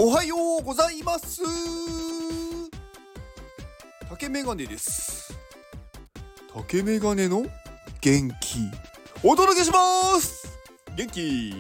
おはようございます。竹メガネです。竹メガネの元気お届けします。元気。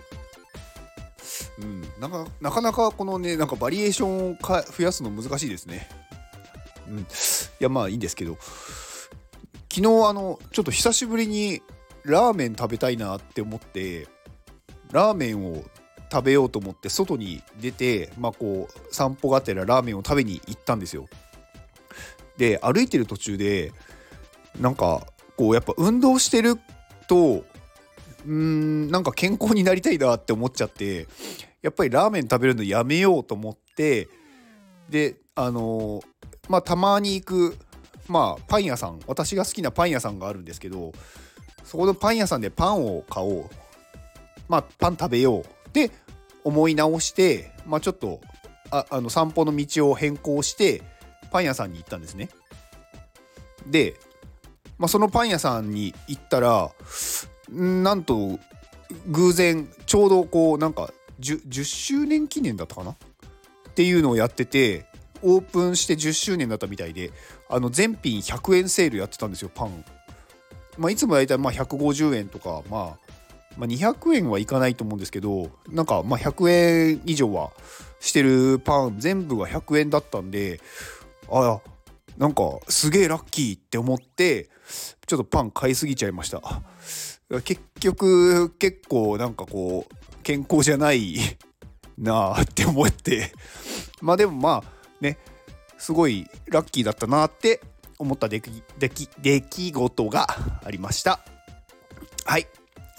なかなかこのね、なんかバリエーションを増やすの難しいですね。いやまあいいんですけど、昨日ちょっと久しぶりにラーメン食べたいなって思って、ラーメンを食べようと思って外に出て、散歩がてらラーメンを食べに行ったんですよ。で、歩いてる途中でなんかやっぱ運動してるとなんか健康になりたいなって思っちゃって、やっぱりラーメン食べるのやめようと思って、でたまに行くパン屋さん、私が好きなパン屋さんがあるんですけど、そこのパン屋さんでパンを買おう、パン食べようって思い直して、ちょっと散歩の道を変更してパン屋さんに行ったんですね。で、そのパン屋さんに行ったら、なんと偶然ちょうどなんか 10周年記念だったかなっていうのをやってて、オープンして10周年だったみたいで、全品100円セールやってたんですよ、パン。いつもだいたい150円とか、200円はいかないと思うんですけど、なんか100円以上はしてるパン全部が100円だったんで、なんかすげえラッキーって思ってちょっとパン買いすぎちゃいました。結局結構なんか健康じゃないなあって思って、でもすごいラッキーだったなって思った出来事がありました。はい、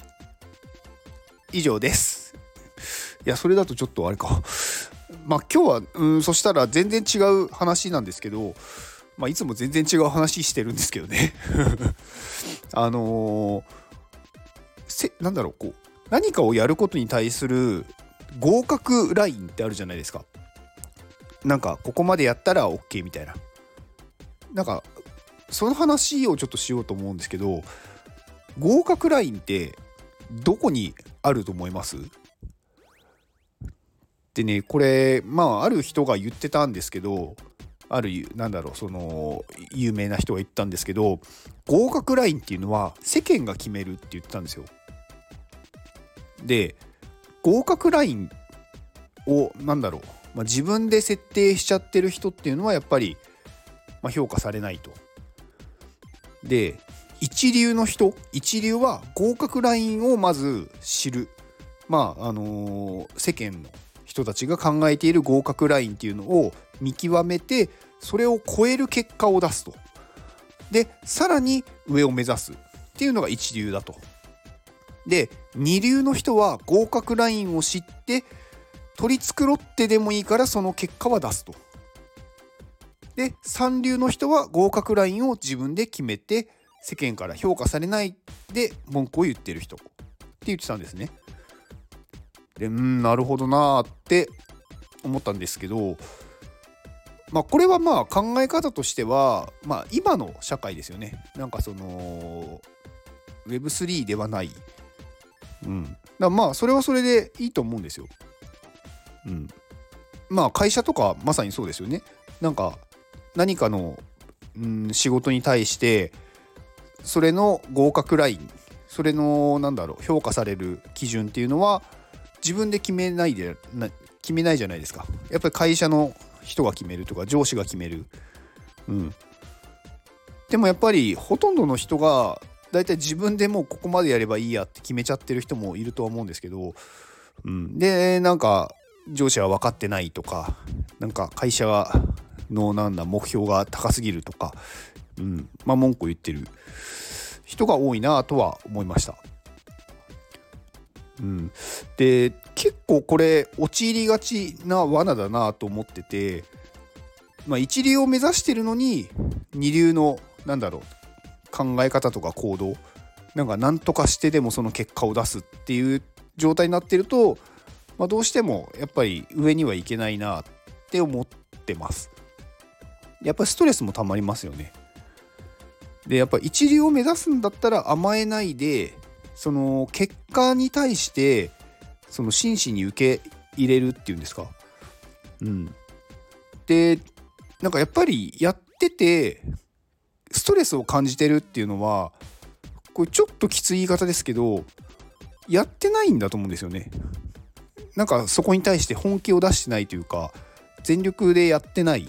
以上です。いや、それだとちょっとあれか。今日はそしたら全然違う話なんですけど、いつも全然違う話してるんですけどね。何かをやることに対する合格ラインってあるじゃないですか。なんかここまでやったら OK みたいな。なんかその話をちょっとしようと思うんですけど、合格ラインってどこにあると思います？でね、これある人が言ってたんですけど、有名な人が言ったんですけど、合格ラインっていうのは世間が決めるって言ってたんですよ。で、合格ラインを自分で設定しちゃってる人っていうのはやっぱり評価されないと。で、一流は合格ラインをまず知る。世間の人たちが考えている合格ラインっていうのを見極めて、それを超える結果を出すと。で、さらに上を目指すっていうのが一流だと。で、二流の人は合格ラインを知って取り繕ってでもいいからその結果は出すと。で、三流の人は合格ラインを自分で決めて世間から評価されないで文句を言ってる人って言ってたんですね。で、なるほどなーって思ったんですけど、これは考え方としては今の社会ですよね。なんかWeb3 ではない。それはそれでいいと思うんですよ。会社とかまさにそうですよね。なんか何かの仕事に対してそれの合格ライン、それの評価される基準っていうのは自分で決めないじゃないですか。やっぱり会社の人が決めるとか上司が決める。でもやっぱりほとんどの人がだいたい自分でもうここまでやればいいやって決めちゃってる人もいるとは思うんですけど、でなんか上司は分かってないとか、なんか会社の目標が高すぎるとか、文句を言ってる人が多いなとは思いました。で、結構これ陥りがちな罠だなと思ってて、一流を目指してるのに二流の考え方とか行動、なんとかしてでもその結果を出すっていう状態になってると、どうしてもやっぱり上にはいけないなって思ってます。やっぱりストレスもたまりますよね。で、やっぱり一流を目指すんだったら甘えないで、その結果に対して真摯に受け入れるっていうんですか、 でなんかやっぱりやっててストレスを感じてるっていうのは、これちょっときつい言い方ですけど、やってないんだと思うんですよね。なんかそこに対して本気を出してないというか、全力でやってない。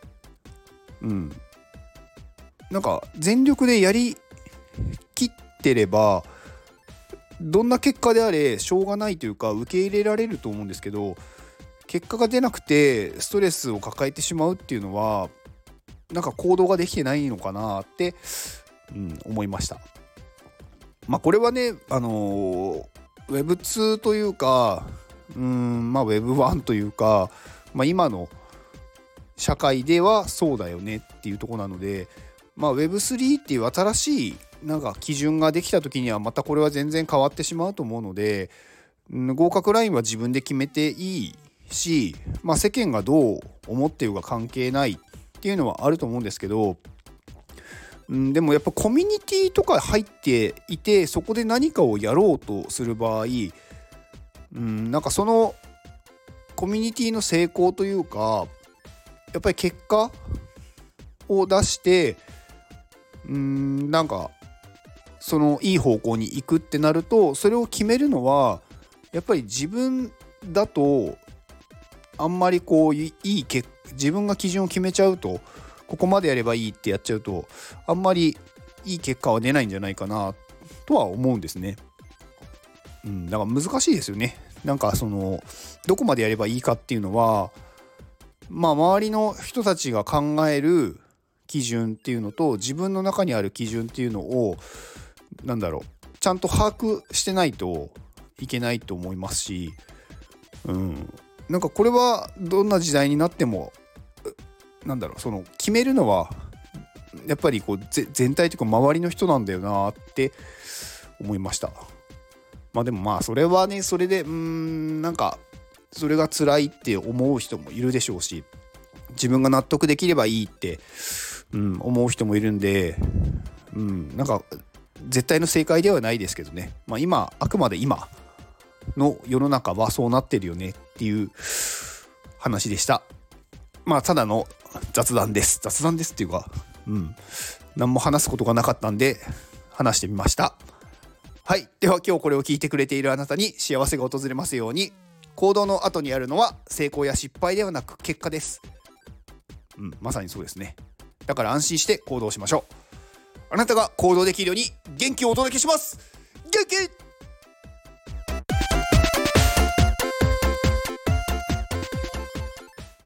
なんか全力でやりきってればどんな結果であれしょうがないというか、受け入れられると思うんですけど、結果が出なくてストレスを抱えてしまうっていうのは、なんか行動ができてないのかなって、思いました。これはね、Web2 というか、Web1 というか、今の社会ではそうだよねっていうところなので、Web3 っていう新しいなんか基準ができた時にはまたこれは全然変わってしまうと思うので、合格ラインは自分で決めていいし、世間がどう思っているか関係ないっていうのはあると思うんですけど、でもやっぱコミュニティとか入っていて、そこで何かをやろうとする場合、なんかそのコミュニティの成功というか、やっぱり結果を出して、なんかそのいい方向に行くってなると、それを決めるのはやっぱり自分だと、あんまりこう自分が基準を決めちゃうと、ここまでやればいいってやっちゃうと、あんまりいい結果は出ないんじゃないかなとは思うんですね。だから難しいですよね。なんかそのどこまでやればいいかっていうのは、周りの人たちが考える基準っていうのと、自分の中にある基準っていうのをちゃんと把握してないといけないと思いますし、なんかこれはどんな時代になってもその決めるのはやっぱりこう全体というか周りの人なんだよなって思いました。でもそれはね、それでなんかそれが辛いって思う人もいるでしょうし、自分が納得できればいいって、思う人もいるんで、なんか絶対の正解ではないですけどね、あくまで今の世の中はそうなってるよねっていう話でした。ただの雑談ですっていうか、何も話すことがなかったんで話してみました。はい、では今日これを聞いてくれているあなたに幸せが訪れますように。行動の後にあるのは成功や失敗ではなく結果です。まさにそうですね。だから安心して行動しましょう。あなたが行動できるように元気をお届けします。元気